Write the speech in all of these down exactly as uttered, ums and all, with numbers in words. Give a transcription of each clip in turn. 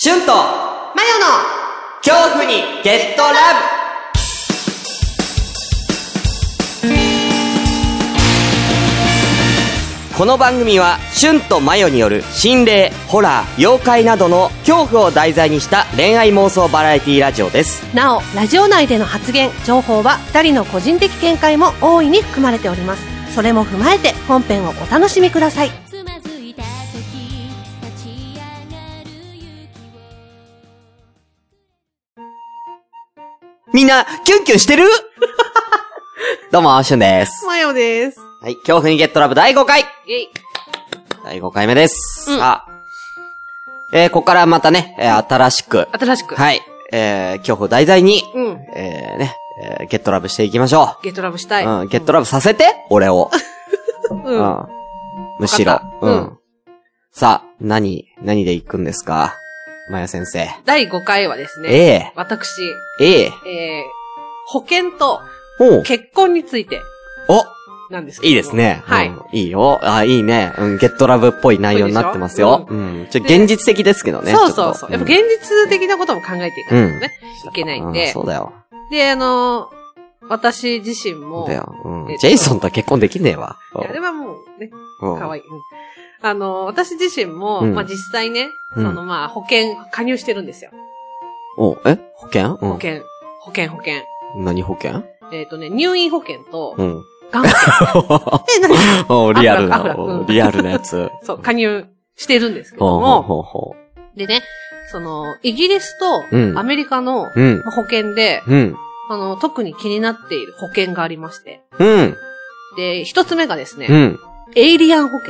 シュンとマヨの恐怖にゲットラブ。この番組はシュンとマヨによる心霊、ホラー、妖怪などの恐怖を題材にした恋愛妄想バラエティラジオです。 なお、ラジオ内での発言、情報はふたりの個人的見解も大いに含まれております。それも踏まえて本編をお楽しみください。 みんなキュンキュンしてるどうもシュンです。 マヨです。 はい、恐怖にゲットラブだいごかい。 イェイ。 だいごかいめです。 うん、 さあ、えー、ここからまたね、えー、新しく。 新しく。 はい。えー、恐怖を題材に、 うん。 えー、ね、えー、ゲットラブしていきましょう。ゲットラブしたい。 うん、ゲットラブさせて、うん、俺を。 うん。 うん。むしろ。うん。うん。さあ、何、何で行くんですかマヤ先生。 だいごかいはですね。 ええー。 私。 ええー。 えー、保険と、 お結婚について。 おなんですけど。 いいですね。 はい。 うん、いいよ。あ、いいね。うん、ゲットラブっぽい内容になってますよ。うん。うん、ちょ、現実的ですけどね。 そうそうそう。やっぱ現実的なことも考えていかないとね、うん、いけないんで、 うん。そうだよ。 で、あのー、私自身も。 そうだよ。うん。ジェイソンとは結婚できねえわ。 いや、あれはもうね、かわいい。うん、あのー、私自身も、うん、まあ、実際ね、うん、そのまあ、保険、加入してるんですよ。 お、え保険、うん、 保険。保険保険。 何保険？ えっとね、入院保険と、 うん。 がん保険。え、何？ おリアルな、うん、リアルなやつ。 そう、加入してるんですけども。ほうほうほう。でね、その、イギリスとアメリカの保険で、うん、あの、特に気になっている保険がありまして。 うん。 で、一つ目がですね、 うん、 エイリアン保険。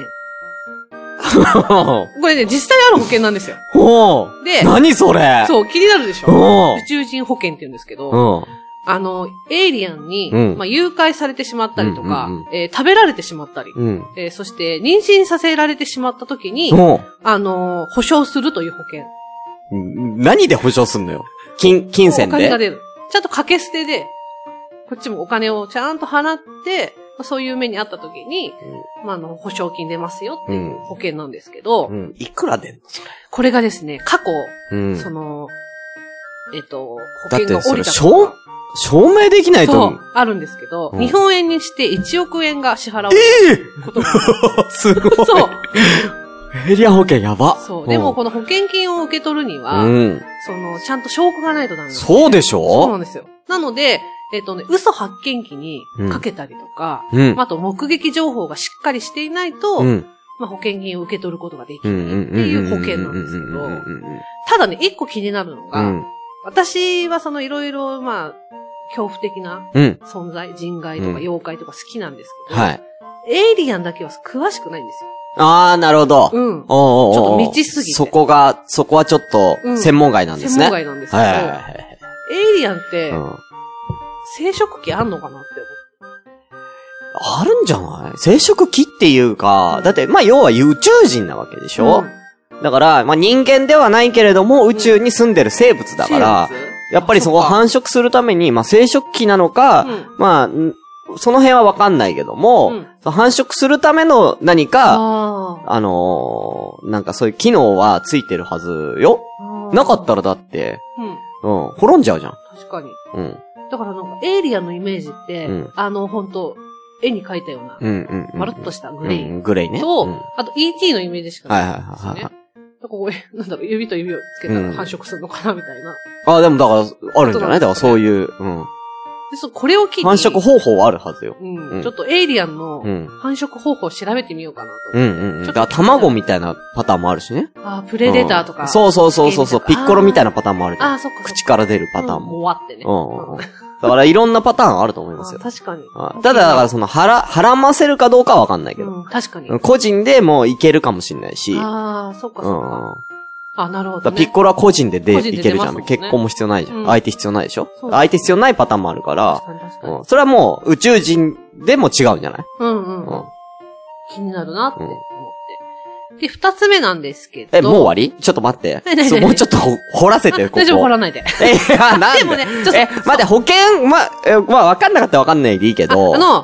これね、実際ある保険なんですよ。 ほう。 で、 何それ？ そう、気になるでしょ？宇宙人保険って言うんですけど、 うん、 あの、エイリアンに、うん、まあ、誘拐されてしまったりとか、うんうんうん、えー、食べられてしまったり、うん、えー、そして妊娠させられてしまった時に、うん、あのー、保証するという保険。 何で保証すんのよ？金、金銭で？ お金が出る。ちゃんと掛け捨てで、こっちもお金をちゃんと払って、そういう目にあった時に、うん、まあ、あの、保証金出ますよっていう保険なんですけど、 うんうん、いくら出んのそれ？ これがですね、過去、うん、その、えっと、保険が降りた証、証明できないと。 そう、あるんですけど、うん、日本円にしていちおくえんが支払われることが、 えー、すごい。 そう。 エイリアン保険やば。 そう。でもこの保険金を受け取るには、うん、その、ちゃんと証拠がないとダメなんです。 そうでしょ？ そうなんですよ。なので、えっとね、嘘発見器にかけたりとか、うん、あと目撃情報がしっかりしていないと、うん、まあ、保険金を受け取ることができないっていう保険なんですけど、ただね、一個気になるのが、うん、私はそのいろいろ、まあ、恐怖的な存在、うん、人外とか妖怪とか好きなんですけど、はい、エイリアンだけは詳しくないんですよ。 あー、なるほど。 うん。 おうおうおうちょっと未知すぎて。 そこが、そこはちょっと、専門外なんですね。 専門外なんですけど、はいはいはい、エイリアンって、うん、生殖器あんのかなって思う。 あるんじゃない？生殖器っていうか、うん、だって、まあ、要は宇宙人なわけでしょ、うん、だから、まあ、人間ではないけれども、宇宙に住んでる生物だから、うん、やっぱりそこを繁殖するために、まあ、生殖器なのか、うん、まあ、その辺はわかんないけども、うん、繁殖するための何か、あ, あのー、なんかそういう機能はついてるはずよ。なかったらだって、うん、うん、滅んじゃうじゃん。 確かに。 うん。 だからなんか、エイリアンのイメージって、うん、あの、ほんと、絵に描いたような、うんうんうん、まるっとしたグレイ。うん、 グレイね。 と、うん、あと イーティー のイメージしかないんですよね。 はいはいはいはい。 ここ、なんだろう、指と指をつけたら繁殖するのかな、みたいな。 うん、あ、でもだから、あるんじゃない？だからそういう、うん。 で、そ、これを聞いて。 繁殖方法はあるはずよ。 うん。うん、ちょっとエイリアンの繁殖方法を調べてみようかなと。 うんうんうん。だから卵みたいなパターンもあるしね。 あ、プレデターとか、うん。 そうそうそうそうそう。ピッコロみたいなパターンもあるじゃん。 あ、そっか。 口から出るパターンも。 もわってね。 うん、うん。だからいろんなパターンあると思いますよ。 確かに。 ただだからその、はら、はらませるかどうかはわかんないけど。 うん、確かに。 個人でもいけるかもしれないし。 ああ、そっかそっか。うん、あ、なるほど、ね。 ピッコロは個人ででいけるじゃん、ね。結婚も必要ないじゃん。うん、相手必要ないでしょ、ね、相手必要ないパターンもあるから。確かに確かに。うん、それはもう宇宙人でも違うんじゃない？ うんうん。うん、気になるなって思って。で、二つ目なんですけど。 え、もう終わり？ちょっと待って。そう、もうちょっと掘らせて、ここ。 大丈夫、掘らないで。 え、いや、なんで？ でもね、ちょっと。 え、待って、保険、ま、え、まあ、わかんなかったらわかんないでいいけど。 あ、あの、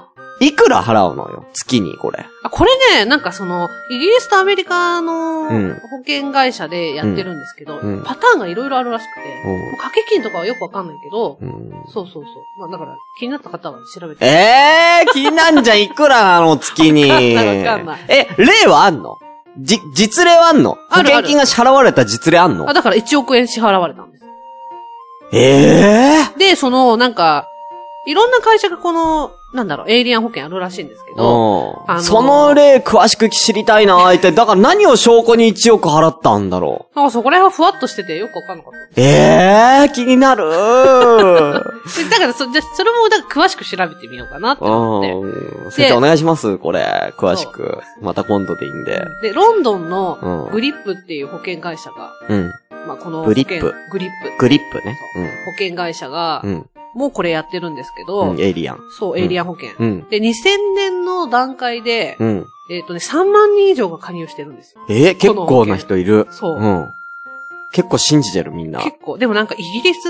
いくら払うのよ月にこれ。 あ、これね、なんかその、イギリスとアメリカの保険会社でやってるんですけど、うん、パターンがいろいろあるらしくて、うん、掛け金とかはよくわかんないけど、うん、そうそうそう。まあだから気になった方は調べて。 ええー、気になんじゃんいくらなの月に。わかんないわかんない。え、例はあんの？じ、実例はあんの？保険金が支払われた実例あんの？ あ、だからいちおくえん支払われたんです。 ええー、 で、その、なんか、いろんな会社がこの、なんだろう、エイリアン保険あるらしいんですけど、 あのー、その例詳しく知りたいなーって、だから何を証拠にいちおく払ったんだろう。なんかそこら辺はふわっとしててよくわかんなかった。 ええー、気になるー。 だからそ、じゃ、それもだから詳しく調べてみようかなって思って。 先生お願いします、これ。詳しく。また今度でいいんで。 で、ロンドンのグリップっていう保険会社が、うん。まあ、このグリップ。 グリップ。 グリップね。 うん。保険会社が、うん。もうこれやってるんですけど、 うん、エイリアン。 そう、エイリアン保険。うん。で、にせんねんの段階で、うん。えっとね、さんまんにん以上が加入してるんですよ。 えー、結構な人いる。 そう。 うん。結構信じてるみんな。 結構。でもなんかイギリスって、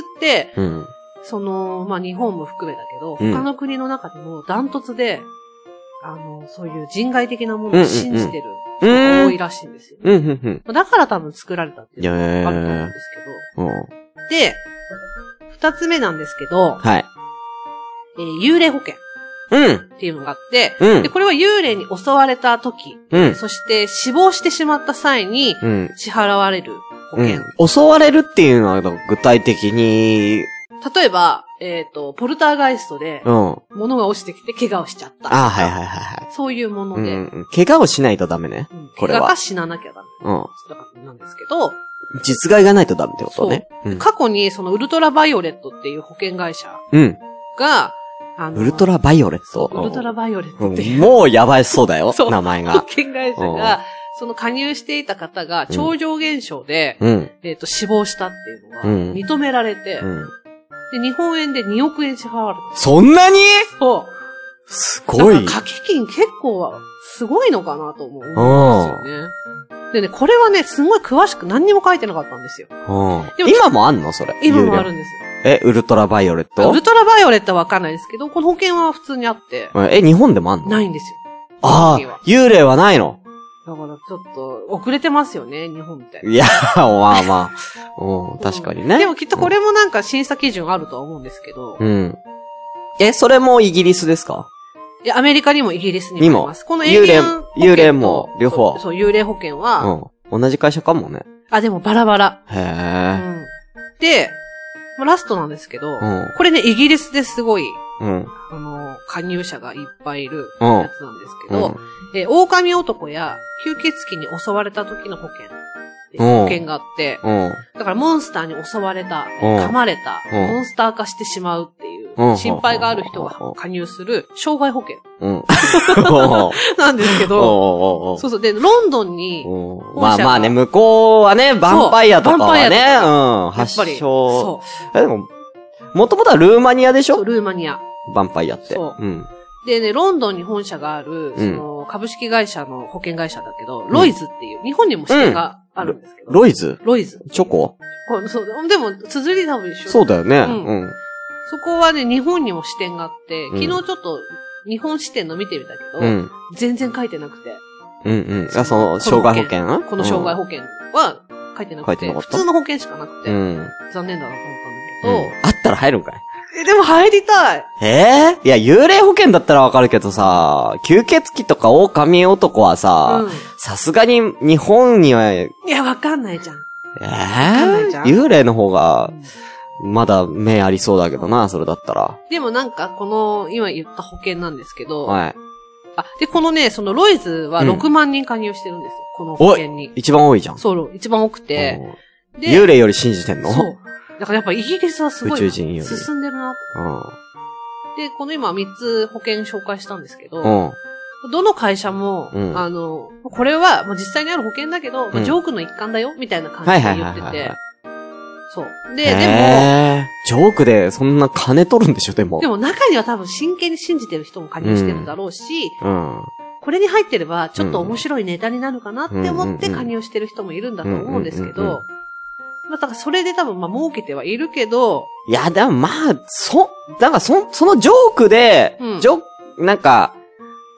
うん。その、まあ、日本も含めだけど、うん、他の国の中でもダントツで、あの、そういう人外的なものを信じてる人が多いらしいんですよ。うんうんうん。だから多分作られたっていうのがあると思うんですけど。うん。で、二つ目なんですけど、はい。えー、幽霊保険。うん。っていうのがあって、うん。で、これは幽霊に襲われた時、うん。そして死亡してしまった際に、うん。支払われる保険、 うん。襲われるっていうのは具体的に、 例えば、えっ、ー、と、ポルターガイストで、うん。物が落ちてきて怪我をしちゃった。 ああ、はいはいはいはい。 そういうもので。うん。 怪我をしないとダメね。うん、これは。 怪我か死ななきゃダメ。うん。だからなんですけど、 実害がないとダメってことね。 そう。うん、過去にそのウルトラバイオレットっていう保険会社が、うん。あの、 ウルトラバイオレットウルトラバイオレットっていう、 うん。もうやばいそうだよ、名前が。 保険会社が、その加入していた方が超常現象で、うん、えっ、ー、と、死亡したっていうのが認められて、うんうんで、日本円でにおくえん支払われた。 そんなに？ そう。 すごい。 掛け金結構すごいのかなと思うんですよね。でね、これはね、すごい詳しく何にも書いてなかったんですよ。 でも今もあんのそれ。 今もあるんです。 え、ウルトラバイオレット？ ウルトラバイオレットはわかんないですけど、この保険は普通にあって。 え、日本でもあんの？ ないんですよ。 ああ、幽霊はないの？ だからちょっと遅れてますよね、日本って。 いや、まあまあ。うん、確かにね、うん。 でもきっとこれもなんか審査基準あるとは思うんですけど。うん。 え、それもイギリスですか？ いや、アメリカにもイギリスにもあります。この幽霊、幽霊も両方。 そう、幽霊保険は、 うん。同じ会社かもね。 あ、でもバラバラ。 へー。うん。 で、ラストなんですけど、うん、これね、イギリスですごい、うん、あの、加入者がいっぱいいるやつなんですけど、うんえー、狼男や吸血鬼に襲われた時の保険、保険があって、うん、だからモンスターに襲われた、噛まれた、うん、モンスター化してしまうっていう心配がある人が加入する障害保険、うん、なんですけど、そうそう、で、ロンドンにまあまあね、向こうはね、ヴァンパイアとかはね、うん、発祥。そう。でも、もともとはルーマニアでしょ？ そう、ルーマニア。 ヴァンパイアって。 そう。うん。でね、ロンドンに本社がある、その、株式会社の保険会社だけど、うん、ロイズっていう、日本にも支店があるんですけど。 うん、ロイズ？ ロイズ。 チョコ？ そう、でも、綴り多分一緒。 そうだよね。うん。うん、 そこはね、日本にも支店があって、昨日ちょっと、日本支店の見てみたけど、うん、全然書いてなくて。 うんうん。あ、その、障害保険この障害保険は書いてなくて、うん、普通の保険しかなくて、うん、残念だなと思ったんだけど、 うん、あったら入るんかい？ え、でも入りたい。 ええー、いや、幽霊保険だったらわかるけどさ、吸血鬼とか狼男はさ、さすがに日本には。いや、わかんないじゃん。 ええー、幽霊の方が、まだ目ありそうだけどな、それだったら。 でもなんか、この、今言った保険なんですけど、はい。あ、で、このね、そのロイズはろくまんにん加入してるんですよ、うん、この保険に。 一番多いじゃん。 そう、一番多くて。 で、幽霊より信じてんの？ そう。だからやっぱイギリスはすごい進んでるなと。うん、で、この今みっつ保険紹介したんですけど、うん、どの会社も、うん、あの、これはまあ実際にある保険だけど、うん、まあ、ジョークの一環だよみたいな感じで言ってて。そう。で、でも、 ジョークでそんな金取るんでしょ、でも。 でも中には多分真剣に信じてる人も加入してるんだろうし、うんうん、これに入ってればちょっと面白いネタになるかなって思って加入してる人もいるんだと思うんですけど、まあ、だからそれで多分まあ儲けてはいるけど。 いや、でもまあ、そ、なんかそ、そのジョークで、うん、ジョなんか、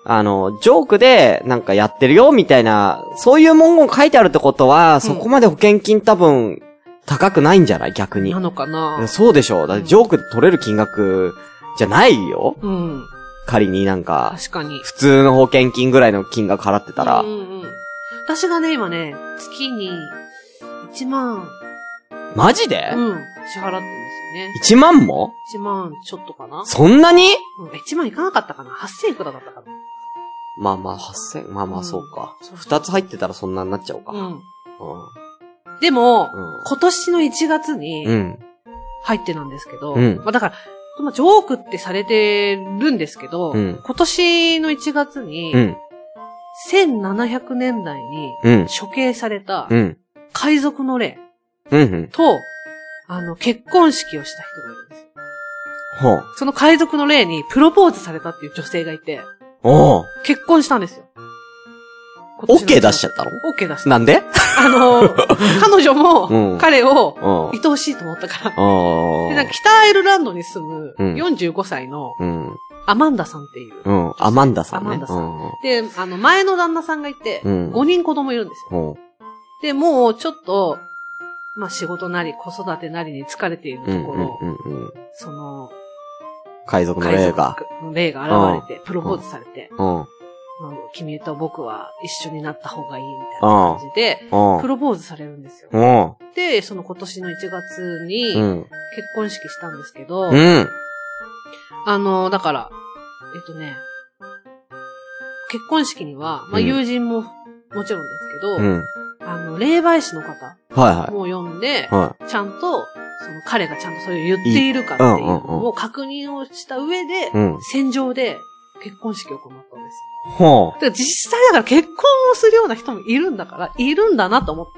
あの、ジョークでなんかやってるよみたいな、そういう文言書いてあるってことは、うん、そこまで保険金多分高くないんじゃない逆に。 なのかな。 そうでしょう。だってジョークで取れる金額じゃないよ。 うん。 仮になんか、 確かに。 普通の保険金ぐらいの金額払ってたら。 うんうん。私がね、今ね、月にいちまん。 マジで？ うん。支払ってるんですよね。 いちまんも？ いち 万ちょっとかな。 そんなに？ うん。いちまんいかなかったかな。はっせんいくらだったかな。 まあまあ、はっせん。まあまあ、そうか。ふた、うん、つ入ってたらそんなになっちゃうか。うん。うん、 でも、うん、今年のいちがつに、入ってなんですけど、うん、まあだから、まあ、ジョークってされてるんですけど、うん、今年のいちがつに、うん、せんななひゃくねんだいに処刑された海賊の霊と、うん、あの、結婚式をした人がいるんですよ。ほう。その海賊の霊にプロポーズされたっていう女性がいて、お結婚したんですよ。 オッケー出しちゃったの？ オッケー出した。 なんで？ あの、彼女も、彼を、愛おしいと思ったから。で、なんか北アイルランドに住む、よんじゅうごさいの、アマンダさんっていう。 うん、アマンダさんね。 アマンダさん。で、あの、前の旦那さんがいて、ごにん子供いるんですよ。で、もう、ちょっと、まあ、仕事なり、子育てなりに疲れているところ、その、 海賊の霊が。 海賊の霊が現れて、プロポーズされて、君と僕は一緒になった方がいいみたいな感じで、プロポーズされるんですよ。で、その今年のいちがつに結婚式したんですけど、うん、あの、だから、えっとね、結婚式には、まあ友人ももちろんですけど、うん、あの、霊媒師の方も呼んで、はいはい、ちゃんと、その彼がちゃんとそれを言っているかっていうのを確認をした上で、うん、戦場で結婚式を行ったんですよ。ほう。だから実際だから結婚をするような人もいるんだから、いるんだなと思って。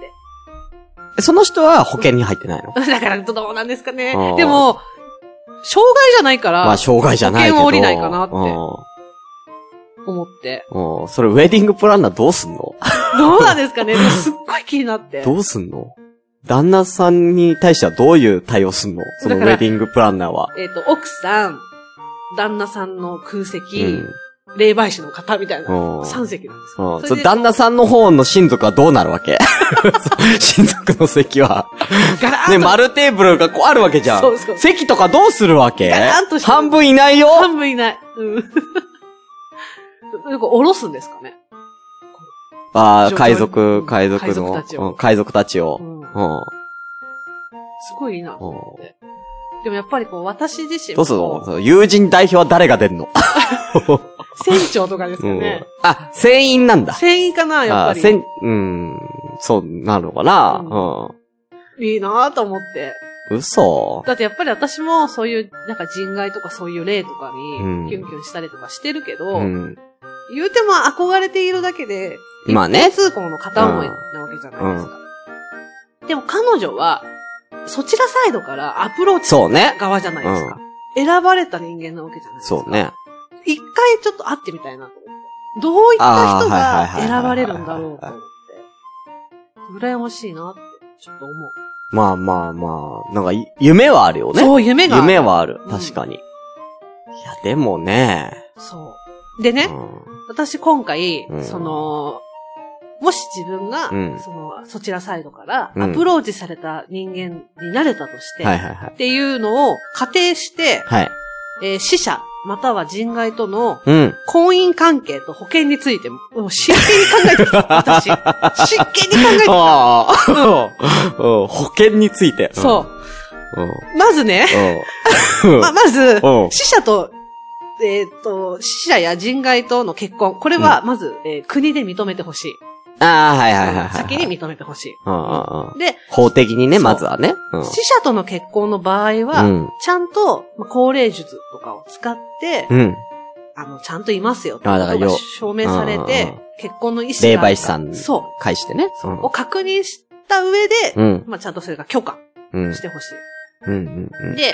その人は保険に入ってないの？ だからどうなんですかね。でも、障害じゃないから、 まあ障害じゃないけど。 保険を降りないかなって思って。 それウェディングプランナーどうすんの？ どうなんですかね。すっごい気になって。 どうすんの？旦那さんに対してはどういう対応すんの？そのウェディングプランナーは。 えっと、奥さん、旦那さんの空席、うん霊媒師の方みたいなさん席なんですよ。 それ旦那さんの方の親族はどうなるわけ？親族の席は。ね、丸テーブルがこうあるわけじゃん。そうそう。席とかどうするわけ？半分いないよ？ 半分いない。うん。なんか下ろすんですかね？ ああ、海賊、海賊の。海賊たちを。海賊たちを。うんうん、 すごいいいなと思って。でもやっぱりこう、私自身も。どうするの？友人代表は誰が出んの？ 船長とかですかね。 うん、あ、船員なんだ。 船員かな、やっぱり。 船、うん、そうなるのかな、 うんうん、いいなぁと思って。 嘘。 だってやっぱり私もそういう、なんか人外とかそういう霊とかに、キュンキュンしたりとかしてるけど、うん、言うても憧れているだけで、 まあね。 一方通行の片思いなわけじゃないですか。うん、でも彼女は、そちらサイドからアプローチ側じゃないですか。うん、選ばれた人間なわけじゃないですか。 そうね。 一回ちょっと会ってみたいなと思って。どういった人が選ばれるんだろうと思って。羨ましいなって、ちょっと思う。 まあまあまあ、なんか夢はあるよね。 そう、夢がある。 夢はある。確かに。うん、いや、でもね。 そう。でね、うん、私今回、うん、その、もし自分が、うん、その、そちらサイドからアプローチされた人間になれたとして、うんはいはいはい、っていうのを仮定して、はいえー、死者、または人外との婚姻関係と保険についても、もう真剣に考えてきた。私。真剣に考えてきた。あうん、保険について。 そう。うん、まずね、ま、まず、死者と、えっと、死者や人外との結婚。これは、まず、うんえー、国で認めてほしい。 ああ、はいはいはい、はい。 先に認めてほしい。 うんうん、で、法的にね、まずはね、 うん。死者との結婚の場合は、うん、ちゃんと、まあ、高齢術とかを使って、うん、あの、ちゃんといますよってことが証明されて、結婚の意思が。 霊媒師さんに返してね。 そう。を確認した上で、うん、まあ、ちゃんとそれが許可してほしい。うんうんうん、で、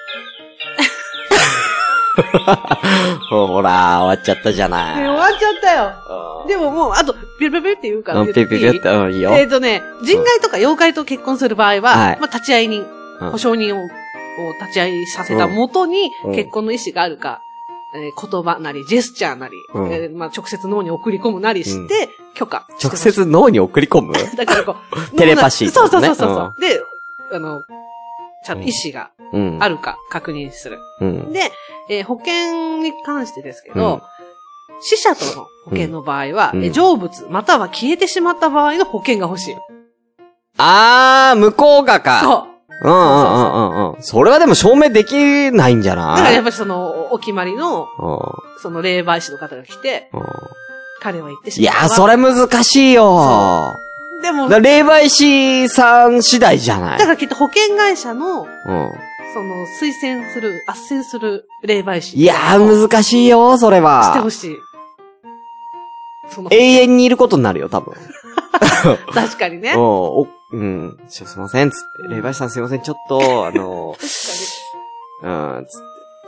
ほら、終わっちゃったじゃない。 終わっちゃったよ。でももう、あと、ビュルビュルビュルって言うから言っていい。 ビュルビュルって、いいよ。 えっとね、人外とか妖怪と結婚する場合は、はい、まあ、立ち会い人、うん、保証人を、を立ち会いさせた元に結婚の意思があるか、 えー、言葉なり、ジェスチャーなり、うん、えー、まあ、直接脳に送り込むなりして、許可して。 直接脳に送り込むだからこう、テレパシー、ね。 そうそうそうそう。うん、で、あの、ちゃんと意思があるか確認する。うん、で、えー、保険に関してですけど、うん、死者との保険の場合は、うん、成仏または消えてしまった場合の保険が欲しい。 あー、向こうがか。 そう。 うんうんうんうんうん。それはでも証明できないんじゃない？ だからやっぱりその、お決まりの、その霊媒師の方が来て、彼は言ってしまった。 いや、それ難しいよ。でも、霊媒師さん次第じゃない？ だからきっと保険会社の、うん、その、推薦する、斡旋する霊媒師。 いやー、難しいよ、それは。 してほしい。 その永遠にいることになるよ、多分。 確かにね。 おうん。すいません、つって。霊媒師さんすいません、ちょっと、あの、確かに。うん、つって。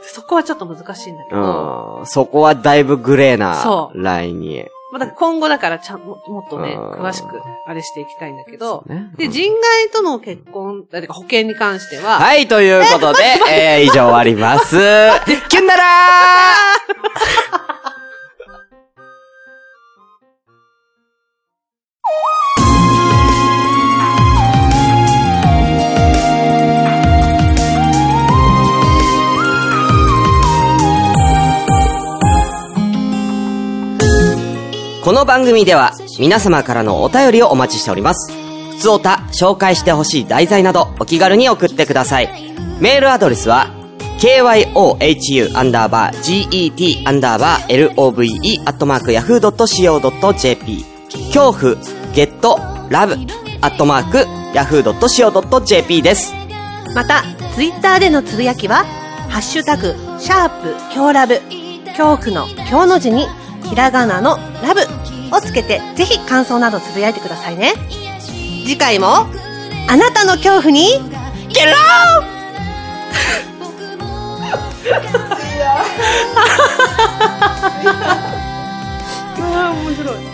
そこはちょっと難しいんだけど。 うん。そこはだいぶグレーなラインに。 まあ、だから今後だからちゃんもっとね、詳しくあれしていきたいんだけど。ね、で、人外との結婚、だから保険に関しては。 はい、ということで、えー、以上終わります。キュンならーこの番組では皆様からのお便りをお待ちしております。ふつおた、紹介してほしい題材などお気軽に送ってください。メールアドレスは ケーワイオーエイチユー アンダーバー ジーイーティー アンダーバー エルオーブイイー アットマーク ヤフー ドット シーオー ドット ジェーピー 恐怖ゲットラブアットマーク ヤフー ドット シーオー ドット ジェーピー です。 またツイッターでのつぶやきはハッシュタグシャープ恐ラブ恐怖の恐の字にひらがなのラブをつけてぜひ感想などつぶやいてくださいね。次回もあなたの恐怖にゲローああ面白い。